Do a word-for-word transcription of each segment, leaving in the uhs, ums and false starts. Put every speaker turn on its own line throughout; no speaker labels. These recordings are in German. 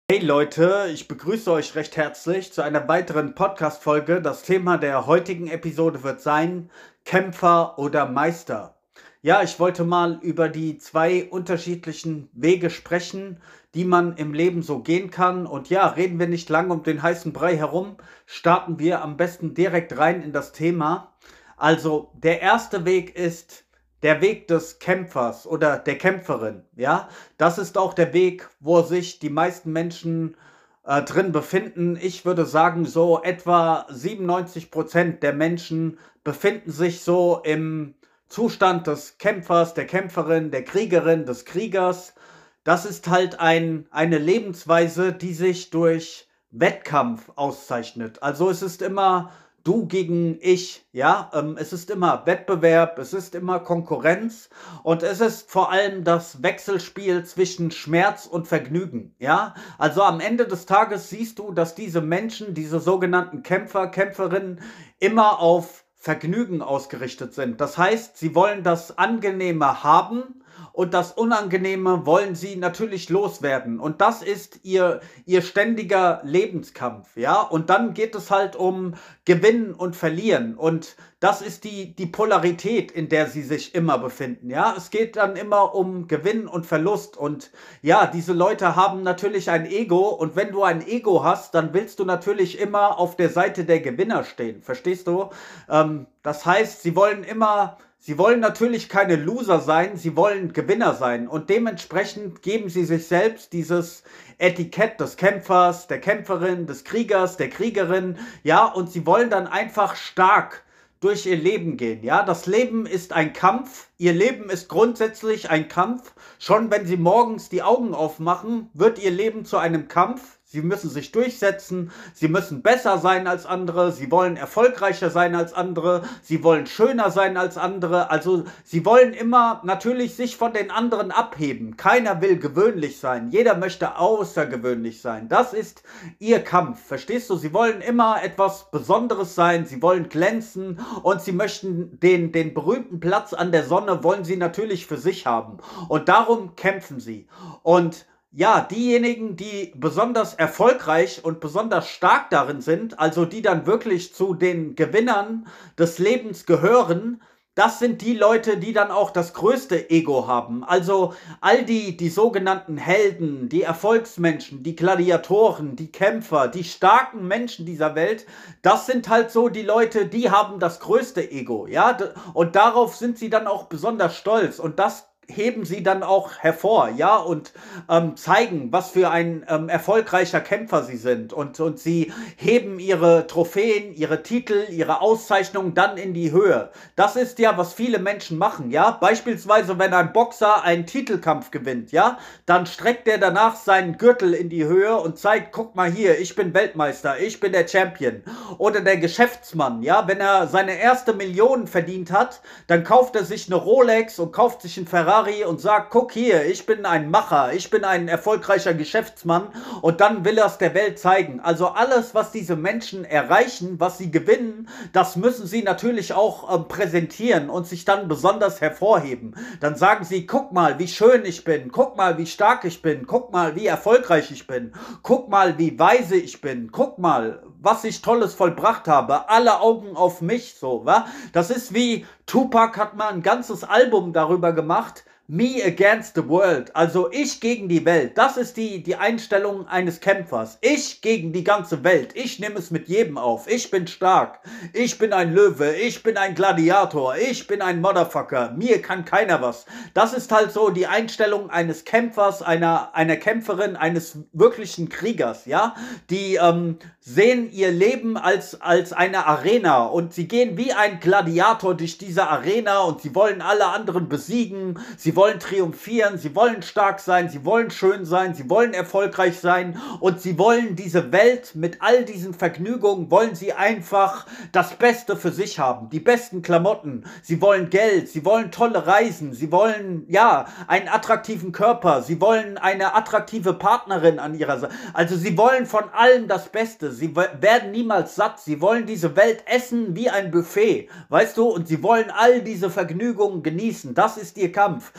Hey Leute, ich begrüße euch recht herzlich zu einer weiteren Podcast-Folge. Das Thema der heutigen Episode wird sein: Kämpfer oder Meister. Ja, ich wollte mal über die zwei unterschiedlichen Wege sprechen, die man im Leben so gehen kann. Und ja, reden wir nicht lange um den heißen Brei herum, starten wir am besten direkt rein in das Thema. Also, der erste Weg ist der Weg des Kämpfers oder der Kämpferin, ja. Das ist auch der Weg, wo sich die meisten Menschen äh, drin befinden. Ich würde sagen, so etwa siebenundneunzig Prozent der Menschen befinden sich so im Zustand des Kämpfers, der Kämpferin, der Kriegerin, des Kriegers. Das ist halt ein, eine Lebensweise, die sich durch Wettkampf auszeichnet. Also es ist immer du gegen ich, ja. Ähm, es ist immer Wettbewerb, es ist immer Konkurrenz und es ist vor allem das Wechselspiel zwischen Schmerz und Vergnügen, ja. Also am Ende des Tages siehst du, dass diese Menschen, diese sogenannten Kämpfer, Kämpferinnen, immer auf Vergnügen ausgerichtet sind. Das heißt, sie wollen das Angenehme haben und das Unangenehme wollen sie natürlich loswerden. Und das ist ihr, ihr ständiger Lebenskampf, ja. Und dann geht es halt um Gewinnen und Verlieren. Und das ist die, die Polarität, in der sie sich immer befinden, ja. Es geht dann immer um Gewinn und Verlust. Und ja, diese Leute haben natürlich ein Ego. Und wenn du ein Ego hast, dann willst du natürlich immer auf der Seite der Gewinner stehen. Verstehst du? Ähm, das heißt, sie wollen immer... Sie wollen natürlich keine Loser sein, sie wollen Gewinner sein und dementsprechend geben sie sich selbst dieses Etikett des Kämpfers, der Kämpferin, des Kriegers, der Kriegerin, ja, und sie wollen dann einfach stark durch ihr Leben gehen, ja. Das Leben ist ein Kampf, ihr Leben ist grundsätzlich ein Kampf. Schon wenn sie morgens die Augen aufmachen, wird ihr Leben zu einem Kampf. Sie müssen sich durchsetzen, sie müssen besser sein als andere, sie wollen erfolgreicher sein als andere, sie wollen schöner sein als andere. Also sie wollen immer natürlich sich von den anderen abheben. Keiner will gewöhnlich sein, jeder möchte außergewöhnlich sein. Das ist ihr Kampf, verstehst du? Sie wollen immer etwas Besonderes sein, sie wollen glänzen und sie möchten den, den berühmten Platz an der Sonne, wollen sie natürlich für sich haben. Und darum kämpfen sie. Und ja, diejenigen, die besonders erfolgreich und besonders stark darin sind, also die dann wirklich zu den Gewinnern des Lebens gehören, das sind die Leute, die dann auch das größte Ego haben. Also all die, die sogenannten Helden, die Erfolgsmenschen, die Gladiatoren, die Kämpfer, die starken Menschen dieser Welt, das sind halt so die Leute, die haben das größte Ego, ja. Und darauf sind sie dann auch besonders stolz und das heben sie dann auch hervor, ja, und ähm, zeigen, was für ein ähm, erfolgreicher Kämpfer sie sind. Und, und sie heben ihre Trophäen, ihre Titel, ihre Auszeichnungen dann in die Höhe. Das ist ja, was viele Menschen machen, ja. Beispielsweise, wenn ein Boxer einen Titelkampf gewinnt, ja, dann streckt er danach seinen Gürtel in die Höhe und zeigt, guck mal hier, ich bin Weltmeister, ich bin der Champion. Oder der Geschäftsmann, ja, wenn er seine erste Million verdient hat, dann kauft er sich eine Rolex und kauft sich einen Ferrari und sagt, guck hier, ich bin ein Macher, ich bin ein erfolgreicher Geschäftsmann und dann will er es der Welt zeigen. Also alles, was diese Menschen erreichen, was sie gewinnen, das müssen sie natürlich auch äh, präsentieren und sich dann besonders hervorheben. Dann sagen sie, guck mal, wie schön ich bin, guck mal, wie stark ich bin, guck mal, wie erfolgreich ich bin, guck mal, wie weise ich bin, guck mal, was ich Tolles vollbracht habe, alle Augen auf mich, so, wa? Das ist wie, Tupac hat mal ein ganzes Album darüber gemacht, Me against the world, also ich gegen die Welt. Das ist die, die Einstellung eines Kämpfers. Ich gegen die ganze Welt. Ich nehme es mit jedem auf. Ich bin stark. Ich bin ein Löwe. Ich bin ein Gladiator. Ich bin ein Motherfucker. Mir kann keiner was. Das ist halt so die Einstellung eines Kämpfers, einer, einer Kämpferin, eines wirklichen Kriegers, ja. Die ähm, sehen ihr Leben als, als eine Arena und sie gehen wie ein Gladiator durch diese Arena und sie wollen alle anderen besiegen. Sie wollen triumphieren, sie wollen stark sein, sie wollen schön sein, sie wollen erfolgreich sein und sie wollen diese Welt mit all diesen Vergnügungen, wollen sie einfach das Beste für sich haben, die besten Klamotten, sie wollen Geld, sie wollen tolle Reisen, sie wollen, ja, einen attraktiven Körper, sie wollen eine attraktive Partnerin an ihrer Seite, also sie wollen von allem das Beste, sie werden niemals satt, sie wollen diese Welt essen wie ein Buffet, weißt du, und sie wollen all diese Vergnügungen genießen, das ist ihr Kampf.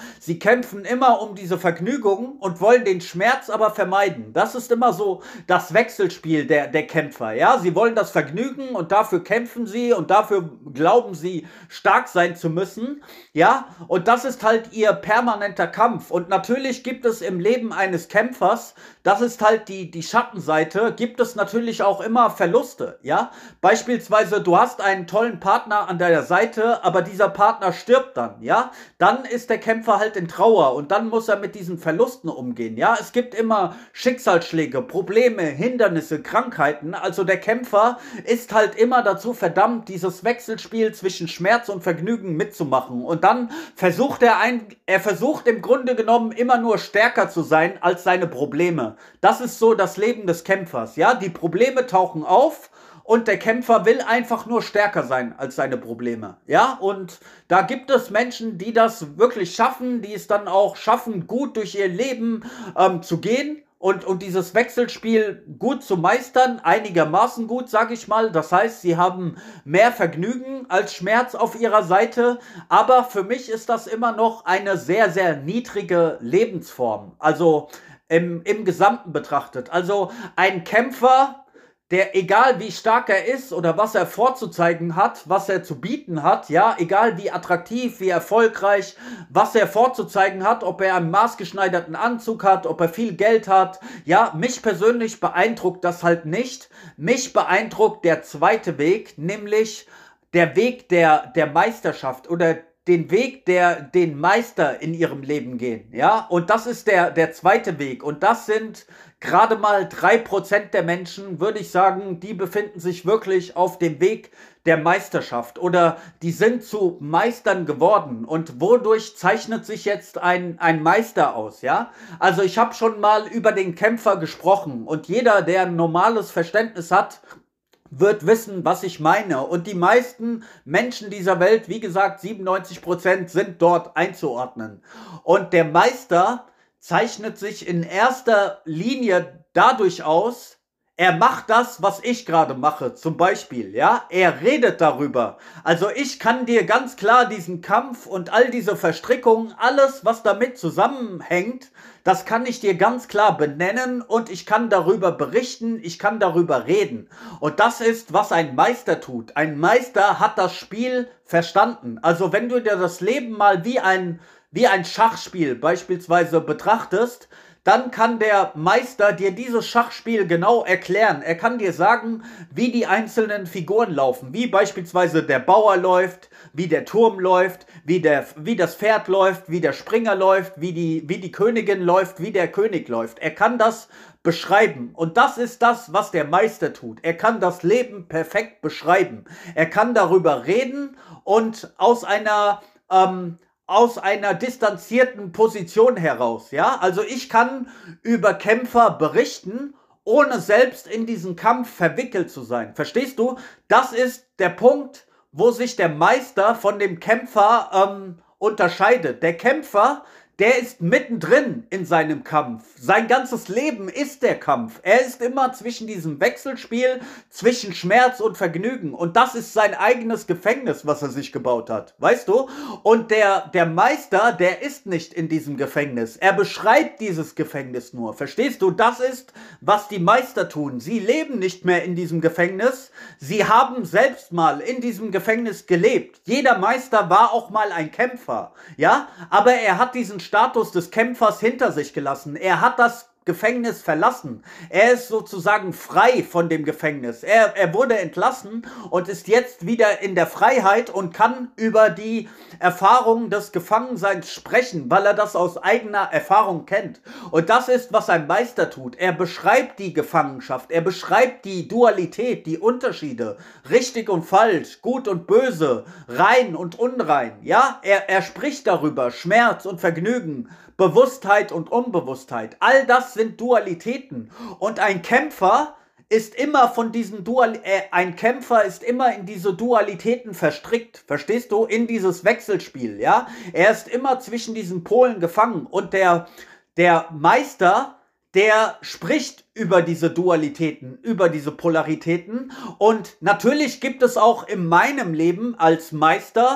Sie kämpfen immer um diese Vergnügung und wollen den Schmerz aber vermeiden. Das ist immer so das Wechselspiel der, der Kämpfer, ja. Sie wollen das Vergnügen und dafür kämpfen sie und dafür glauben sie, stark sein zu müssen, ja. Und das ist halt ihr permanenter Kampf. Und natürlich gibt es im Leben eines Kämpfers, das ist halt die, die Schattenseite, gibt es natürlich auch immer Verluste, ja. Beispielsweise, du hast einen tollen Partner an deiner Seite, aber dieser Partner stirbt dann, ja. Dann ist der Kämpfer halt in Trauer und dann muss er mit diesen Verlusten umgehen, ja. Es gibt immer Schicksalsschläge, Probleme, Hindernisse, Krankheiten. Also der Kämpfer ist halt immer dazu verdammt, dieses Wechselspiel zwischen Schmerz und Vergnügen mitzumachen. Und dann versucht er ein, er versucht im Grunde genommen immer nur stärker zu sein als seine Probleme. Das ist so das Leben des Kämpfers, ja. Die Probleme tauchen auf und der Kämpfer will einfach nur stärker sein als seine Probleme, ja. Und da gibt es Menschen, die das wirklich schaffen, die es dann auch schaffen, gut durch ihr Leben ähm, zu gehen. Und, und dieses Wechselspiel gut zu meistern, einigermaßen gut, sage ich mal. Das heißt, sie haben mehr Vergnügen als Schmerz auf ihrer Seite. Aber für mich ist das immer noch eine sehr, sehr niedrige Lebensform. Also im, im Gesamten betrachtet. Also ein Kämpfer, der, egal wie stark er ist oder was er vorzuzeigen hat, was er zu bieten hat, ja, egal wie attraktiv, wie erfolgreich, was er vorzuzeigen hat, ob er einen maßgeschneiderten Anzug hat, ob er viel Geld hat, ja, mich persönlich beeindruckt das halt nicht. Mich beeindruckt der zweite Weg, nämlich der Weg der, der Meisterschaft oder den Weg, der den Meister in ihrem Leben gehen, ja, und das ist der, der zweite Weg und das sind gerade mal drei Prozent der Menschen, würde ich sagen, die befinden sich wirklich auf dem Weg der Meisterschaft oder die sind zu Meistern geworden und wodurch zeichnet sich jetzt ein, ein Meister aus, ja, also ich habe schon mal über den Kämpfer gesprochen und jeder, der ein normales Verständnis hat, wird wissen, was ich meine. Und die meisten Menschen dieser Welt, wie gesagt, siebenundneunzig Prozent sind dort einzuordnen. Und der Meister zeichnet sich in erster Linie dadurch aus, er macht das, was ich gerade mache, zum Beispiel, ja, er redet darüber. Also ich kann dir ganz klar diesen Kampf und all diese Verstrickungen, alles, was damit zusammenhängt, das kann ich dir ganz klar benennen und ich kann darüber berichten, ich kann darüber reden. Und das ist, was ein Meister tut. Ein Meister hat das Spiel verstanden. Also wenn du dir das Leben mal wie ein, wie ein Schachspiel beispielsweise betrachtest, dann kann der Meister dir dieses Schachspiel genau erklären. Er kann dir sagen, wie die einzelnen Figuren laufen, wie beispielsweise der Bauer läuft, wie der Turm läuft, wie, der, wie das Pferd läuft, wie der Springer läuft, wie die, wie die Königin läuft, wie der König läuft. Er kann das beschreiben und das ist das, was der Meister tut. Er kann das Leben perfekt beschreiben. Er kann darüber reden und aus einer... Ähm, aus einer distanzierten Position heraus, ja, also ich kann über Kämpfer berichten, ohne selbst in diesen Kampf verwickelt zu sein, verstehst du? Das ist der Punkt, wo sich der Meister von dem Kämpfer ähm, unterscheidet. Der Kämpfer, der ist mittendrin in seinem Kampf. Sein ganzes Leben ist der Kampf. Er ist immer zwischen diesem Wechselspiel, zwischen Schmerz und Vergnügen. Und das ist sein eigenes Gefängnis, was er sich gebaut hat. Weißt du? Und der, der Meister, der ist nicht in diesem Gefängnis. Er beschreibt dieses Gefängnis nur. Verstehst du? Das ist, was die Meister tun. Sie leben nicht mehr in diesem Gefängnis. Sie haben selbst mal in diesem Gefängnis gelebt. Jeder Meister war auch mal ein Kämpfer. Ja? Aber er hat diesen Status des Kämpfers hinter sich gelassen. Er hat das Gefängnis verlassen. Er ist sozusagen frei von dem Gefängnis. Er, er wurde entlassen und ist jetzt wieder in der Freiheit und kann über die Erfahrung des Gefangenseins sprechen, weil er das aus eigener Erfahrung kennt. Und das ist, was ein Meister tut. Er beschreibt die Gefangenschaft, er beschreibt die Dualität, die Unterschiede, richtig und falsch, gut und böse, rein und unrein. Ja, er, er spricht darüber, Schmerz und Vergnügen, Bewusstheit und Unbewusstheit. All das sind Dualitäten. Und ein Kämpfer ist immer von diesen Dual, äh, ein Kämpfer ist immer in diese Dualitäten verstrickt. Verstehst du? In dieses Wechselspiel, ja? Er ist immer zwischen diesen Polen gefangen. Und der, der Meister, der spricht über diese Dualitäten, über diese Polaritäten. Und natürlich gibt es auch in meinem Leben als Meister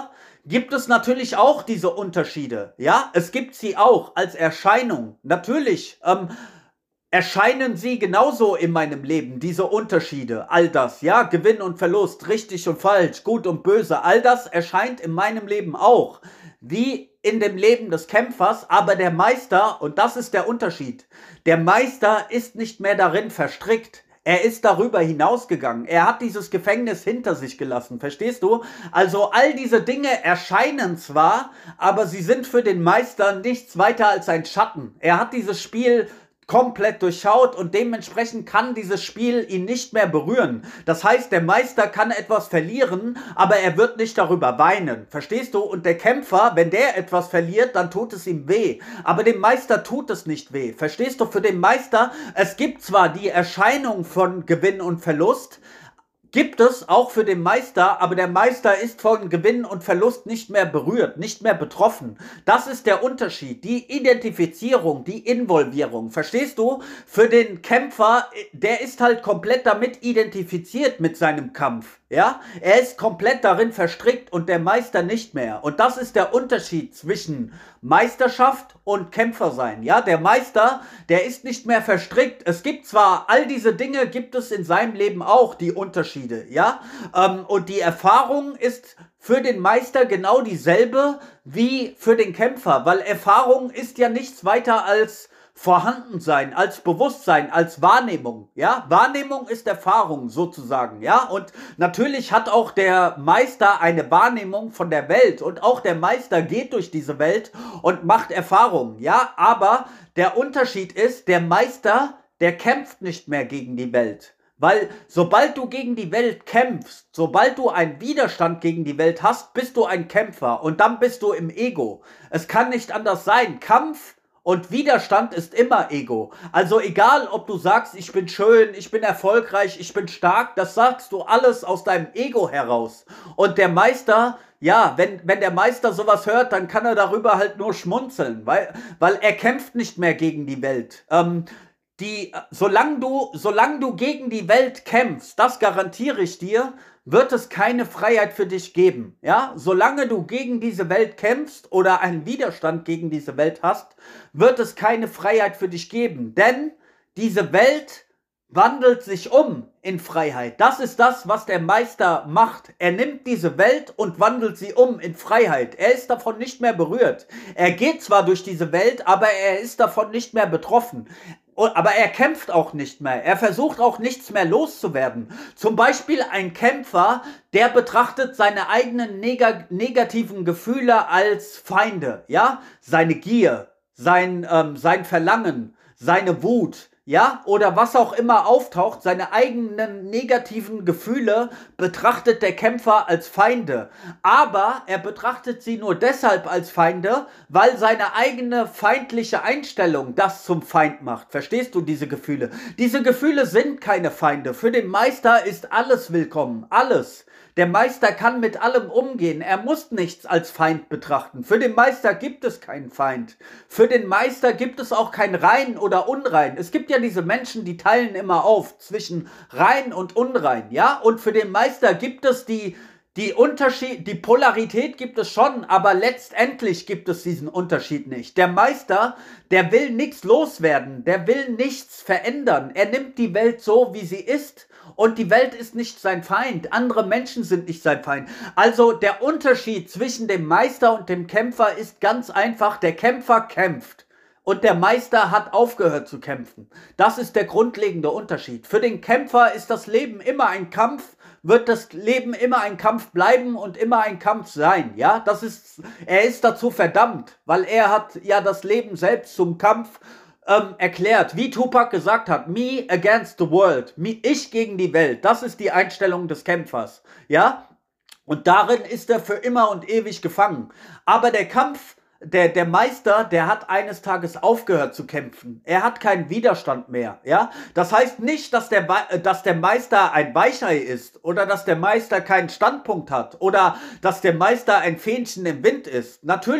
gibt es natürlich auch diese Unterschiede. Ja, es gibt sie auch als Erscheinung. Natürlich ähm, erscheinen sie genauso in meinem Leben, diese Unterschiede, all das, ja, Gewinn und Verlust, richtig und falsch, gut und böse, all das erscheint in meinem Leben auch, wie in dem Leben des Kämpfers, aber der Meister, und das ist der Unterschied, der Meister ist nicht mehr darin verstrickt. Er ist darüber hinausgegangen. Er hat dieses Gefängnis hinter sich gelassen. Verstehst du? Also all diese Dinge erscheinen zwar, aber sie sind für den Meister nichts weiter als ein Schatten. Er hat dieses Spiel komplett durchschaut und dementsprechend kann dieses Spiel ihn nicht mehr berühren. Das heißt, der Meister kann etwas verlieren, aber er wird nicht darüber weinen. Verstehst du? Und der Kämpfer, wenn der etwas verliert, dann tut es ihm weh. Aber dem Meister tut es nicht weh. Verstehst du? Für den Meister, es gibt zwar die Erscheinung von Gewinn und Verlust, gibt es auch für den Meister, aber der Meister ist von Gewinn und Verlust nicht mehr berührt, nicht mehr betroffen. Das ist der Unterschied, die Identifizierung, die Involvierung. Verstehst du? Für den Kämpfer, der ist halt komplett damit identifiziert mit seinem Kampf. Ja, er ist komplett darin verstrickt und der Meister nicht mehr. Und das ist der Unterschied zwischen Meisterschaft und Kämpfersein. Ja, der Meister, der ist nicht mehr verstrickt. Es gibt zwar all diese Dinge, gibt es in seinem Leben auch die Unterschiede. Ja, ähm, und die Erfahrung ist für den Meister genau dieselbe wie für den Kämpfer, weil Erfahrung ist ja nichts weiter als Vorhandensein, als Bewusstsein, als Wahrnehmung, ja, Wahrnehmung ist Erfahrung sozusagen, ja, und natürlich hat auch der Meister eine Wahrnehmung von der Welt und auch der Meister geht durch diese Welt und macht Erfahrungen, ja, aber der Unterschied ist, der Meister, der kämpft nicht mehr gegen die Welt. Weil sobald du gegen die Welt kämpfst, sobald du einen Widerstand gegen die Welt hast, bist du ein Kämpfer und dann bist du im Ego. Es kann nicht anders sein. Kampf und Widerstand ist immer Ego. Also egal, ob du sagst, ich bin schön, ich bin erfolgreich, ich bin stark, das sagst du alles aus deinem Ego heraus. Und der Meister, ja, wenn, wenn der Meister sowas hört, dann kann er darüber halt nur schmunzeln, weil, weil er kämpft nicht mehr gegen die Welt. Ähm, die, solange du, solange du gegen die Welt kämpfst, das garantiere ich dir, wird es keine Freiheit für dich geben. Ja? Solange du gegen diese Welt kämpfst oder einen Widerstand gegen diese Welt hast, wird es keine Freiheit für dich geben. Denn diese Welt wandelt sich um in Freiheit. Das ist das, was der Meister macht. Er nimmt diese Welt und wandelt sie um in Freiheit. Er ist davon nicht mehr berührt. Er geht zwar durch diese Welt, aber er ist davon nicht mehr betroffen. Aber er kämpft auch nicht mehr. Er versucht auch nichts mehr loszuwerden. Zum Beispiel ein Kämpfer, der betrachtet seine eigenen neg- negativen Gefühle als Feinde. Ja, seine Gier, sein, ähm, sein Verlangen, seine Wut. Ja, oder was auch immer auftaucht, seine eigenen negativen Gefühle betrachtet der Kämpfer als Feinde. Aber er betrachtet sie nur deshalb als Feinde, weil seine eigene feindliche Einstellung das zum Feind macht. Verstehst du diese Gefühle? Diese Gefühle sind keine Feinde. Für den Meister ist alles willkommen. Alles. Der Meister kann mit allem umgehen. Er muss nichts als Feind betrachten. Für den Meister gibt es keinen Feind. Für den Meister gibt es auch kein Rein oder Unrein. Es gibt ja diese Menschen, die teilen immer auf zwischen rein und unrein, ja? Und für den Meister gibt es die Die Unterschied, die Polarität gibt es schon, aber letztendlich gibt es diesen Unterschied nicht. Der Meister, der will nichts loswerden, der will nichts verändern. Er nimmt die Welt so, wie sie ist. Und die Welt ist nicht sein Feind. Andere Menschen sind nicht sein Feind. Also der Unterschied zwischen dem Meister und dem Kämpfer ist ganz einfach. Der Kämpfer kämpft. Und der Meister hat aufgehört zu kämpfen. Das ist der grundlegende Unterschied. Für den Kämpfer ist das Leben immer ein Kampf, wird das Leben immer ein Kampf bleiben und immer ein Kampf sein. Ja, das ist, er ist dazu verdammt, weil er hat ja das Leben selbst zum Kampf ähm, erklärt. Wie Tupac gesagt hat, me against the world, me, ich gegen die Welt. Das ist die Einstellung des Kämpfers. Ja, und darin ist er für immer und ewig gefangen. Aber der Kampf Der, der Meister, der hat eines Tages aufgehört zu kämpfen. Er hat keinen Widerstand mehr, ja. Das heißt nicht, dass der, dass der Meister ein Weichei ist oder dass der Meister keinen Standpunkt hat oder dass der Meister ein Fähnchen im Wind ist. Natürlich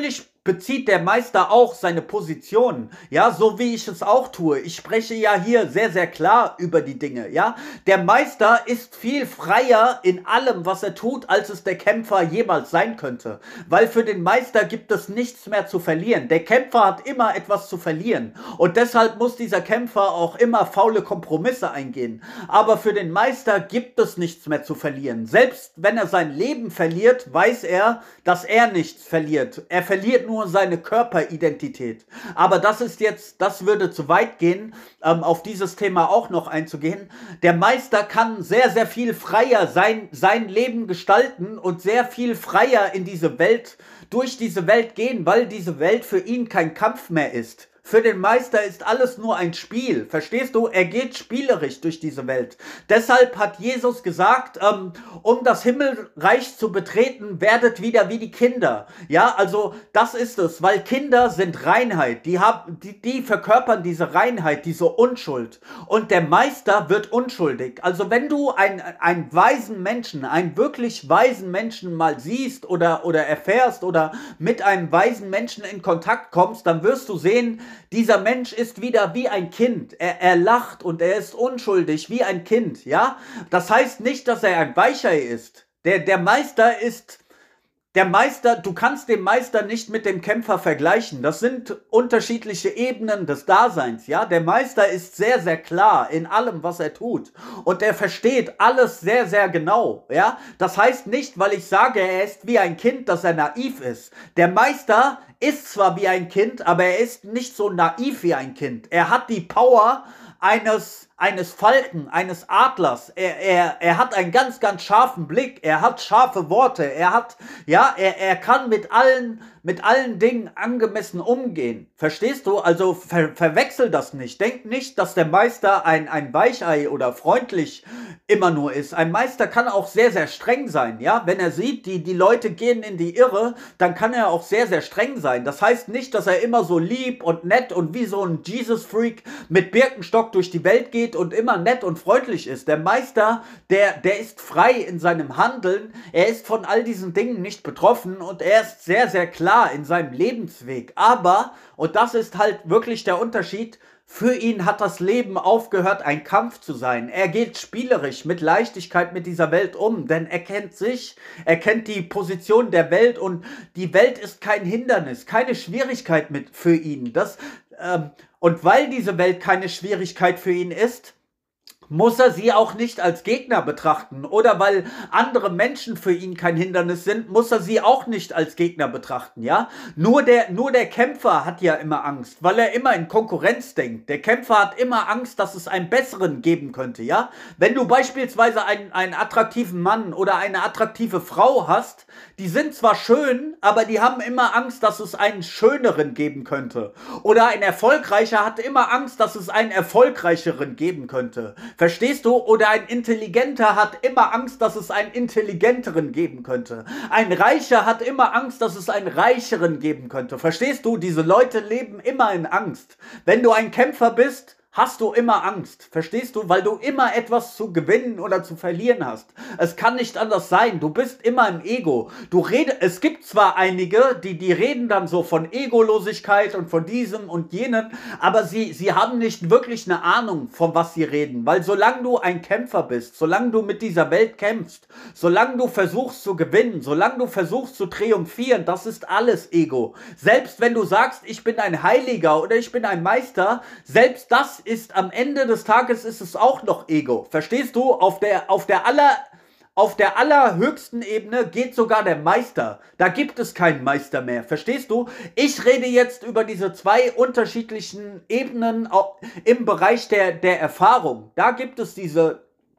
bezieht der Meister auch seine Position, ja, so wie ich es auch tue. Ich spreche ja hier sehr, sehr klar über die Dinge, ja. Der Meister ist viel freier in allem, was er tut, als es der Kämpfer jemals sein könnte. Weil für den Meister gibt es nichts mehr zu verlieren. Der Kämpfer hat immer etwas zu verlieren. Und deshalb muss dieser Kämpfer auch immer faule Kompromisse eingehen. Aber für den Meister gibt es nichts mehr zu verlieren. Selbst wenn er sein Leben verliert, weiß er, dass er nichts verliert. Er verliert nur nur seine Körperidentität. Aber das ist jetzt, das würde zu weit gehen, ähm, auf dieses Thema auch noch einzugehen. Der Meister kann sehr, sehr viel freier sein, sein Leben gestalten und sehr viel freier in diese Welt, durch diese Welt gehen, weil diese Welt für ihn kein Kampf mehr ist. Für den Meister ist alles nur ein Spiel. Verstehst du? Er geht spielerisch durch diese Welt. Deshalb hat Jesus gesagt, ähm, um das Himmelreich zu betreten, werdet wieder wie die Kinder. Ja, also das ist es, weil Kinder sind Reinheit. Die, haben, die, die verkörpern diese Reinheit, diese Unschuld. Und der Meister wird unschuldig. Also wenn du einen, einen weisen Menschen, einen wirklich weisen Menschen mal siehst oder, oder erfährst oder mit einem weisen Menschen in Kontakt kommst, dann wirst du sehen, dieser Mensch ist wieder wie ein Kind. Er, er lacht und er ist unschuldig wie ein Kind, ja? Das heißt nicht, dass er ein Weichei ist. Der, der Meister ist, der Meister, du kannst den Meister nicht mit dem Kämpfer vergleichen. Das sind unterschiedliche Ebenen des Daseins, ja? Der Meister ist sehr, sehr klar in allem, was er tut. Und er versteht alles sehr, sehr genau, ja? Das heißt nicht, weil ich sage, er ist wie ein Kind, dass er naiv ist. Der Meister ist zwar wie ein Kind, aber er ist nicht so naiv wie ein Kind. Er hat die Power eines, eines Falken, eines Adlers. Er, er, er hat einen ganz, ganz scharfen Blick. Er hat scharfe Worte. Er hat, ja, er, er kann mit allen, mit allen Dingen angemessen umgehen. Verstehst du? Also ver, verwechsel das nicht. Denk nicht, dass der Meister ein, ein Weichei oder freundlich immer nur ist. Ein Meister kann auch sehr, sehr streng sein, ja. Wenn er sieht, die, die Leute gehen in die Irre, dann kann er auch sehr, sehr streng sein. Das heißt nicht, dass er immer so lieb und nett und wie so ein Jesus-Freak mit Birkenstock durch die Welt geht und immer nett und freundlich ist. Der Meister, der, der ist frei in seinem Handeln. Er ist von all diesen Dingen nicht betroffen und er ist sehr, sehr klar in seinem Lebensweg. Aber, und das ist halt wirklich der Unterschied, für ihn hat das Leben aufgehört, ein Kampf zu sein. Er geht spielerisch, mit Leichtigkeit mit dieser Welt um, denn er kennt sich, er kennt die Position der Welt und die Welt ist kein Hindernis, keine Schwierigkeit mit für ihn. Das, ähm, und weil diese Welt keine Schwierigkeit für ihn ist, muss er sie auch nicht als Gegner betrachten. Oder weil andere Menschen für ihn kein Hindernis sind, muss er sie auch nicht als Gegner betrachten, ja? Nur der, nur der Kämpfer hat ja immer Angst, weil er immer in Konkurrenz denkt. Der Kämpfer hat immer Angst, dass es einen besseren geben könnte, ja? Wenn du beispielsweise einen, einen attraktiven Mann oder eine attraktive Frau hast, die sind zwar schön, aber die haben immer Angst, dass es einen schöneren geben könnte. Oder ein Erfolgreicher hat immer Angst, dass es einen erfolgreicheren geben könnte. Verstehst du? Oder ein Intelligenter hat immer Angst, dass es einen intelligenteren geben könnte. Ein Reicher hat immer Angst, dass es einen reicheren geben könnte. Verstehst du? Diese Leute leben immer in Angst. Wenn du ein Kämpfer bist, hast du immer Angst. Verstehst du? Weil du immer etwas zu gewinnen oder zu verlieren hast. Es kann nicht anders sein. Du bist immer im Ego. Du redest, es gibt zwar einige, die, die reden dann so von Egolosigkeit und von diesem und jenem, aber sie, sie haben nicht wirklich eine Ahnung, von was sie reden. Weil solange du ein Kämpfer bist, solange du mit dieser Welt kämpfst, solange du versuchst zu gewinnen, solange du versuchst zu triumphieren, das ist alles Ego. Selbst wenn du sagst, ich bin ein Heiliger oder ich bin ein Meister, selbst das ist am Ende des Tages ist es auch noch Ego. Verstehst du? Auf der, auf der aller, auf der allerhöchsten Ebene geht sogar der Meister. Da gibt es keinen Meister mehr. Verstehst du? Ich rede jetzt über diese zwei unterschiedlichen Ebenen im Bereich der, der Erfahrung. Da gibt es diese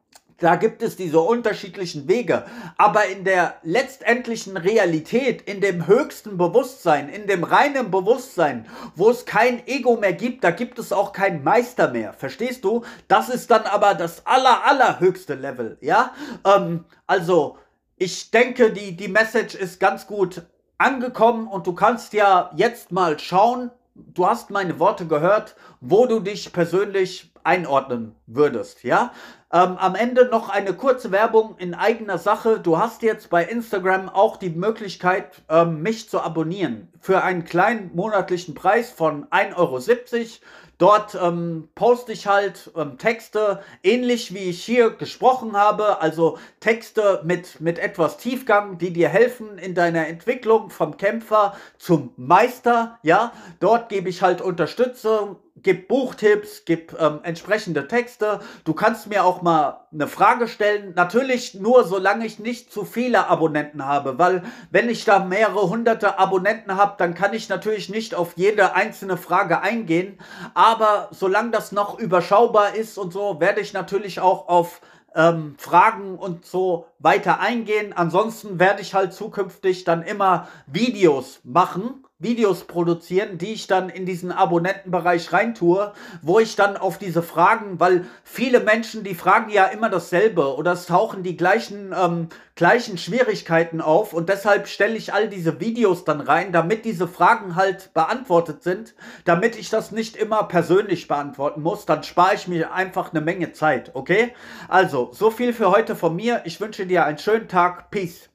Da gibt es diese unterschiedlichen Wege, aber in der letztendlichen Realität, in dem höchsten Bewusstsein, in dem reinen Bewusstsein, wo es kein Ego mehr gibt, da gibt es auch keinen Meister mehr, verstehst du? Das ist dann aber das aller, allerhöchste Level, ja? Ähm, also, ich denke, die, die Message ist ganz gut angekommen und du kannst ja jetzt mal schauen, du hast meine Worte gehört, wo du dich persönlich einordnen würdest, ja? Ähm, am Ende noch eine kurze Werbung in eigener Sache. Du hast jetzt bei Instagram auch die Möglichkeit, ähm, mich zu abonnieren. Für einen kleinen monatlichen Preis von ein Euro siebzig. Dort ähm, poste ich halt ähm, Texte, ähnlich wie ich hier gesprochen habe, also Texte mit, mit etwas Tiefgang, die dir helfen in deiner Entwicklung vom Kämpfer zum Meister. Ja, dort gebe ich halt Unterstützung, gib Buchtipps, gib ähm, entsprechende Texte. Du kannst mir auch mal eine Frage stellen. Natürlich nur, solange ich nicht zu viele Abonnenten habe, weil wenn ich da mehrere hunderte Abonnenten habe, dann kann ich natürlich nicht auf jede einzelne Frage eingehen. Aber solange das noch überschaubar ist und so, werde ich natürlich auch auf ähm, Fragen und so weiter eingehen. Ansonsten werde ich halt zukünftig dann immer Videos machen, Videos produzieren, die ich dann in diesen Abonnentenbereich reintue, wo ich dann auf diese Fragen, weil viele Menschen, die fragen ja immer dasselbe oder es tauchen die gleichen, ähm, gleichen Schwierigkeiten auf und deshalb stelle ich all diese Videos dann rein, damit diese Fragen halt beantwortet sind, damit ich das nicht immer persönlich beantworten muss, dann spare ich mir einfach eine Menge Zeit, okay? Also, so viel für heute von mir. Ich wünsche dir einen schönen Tag. Peace.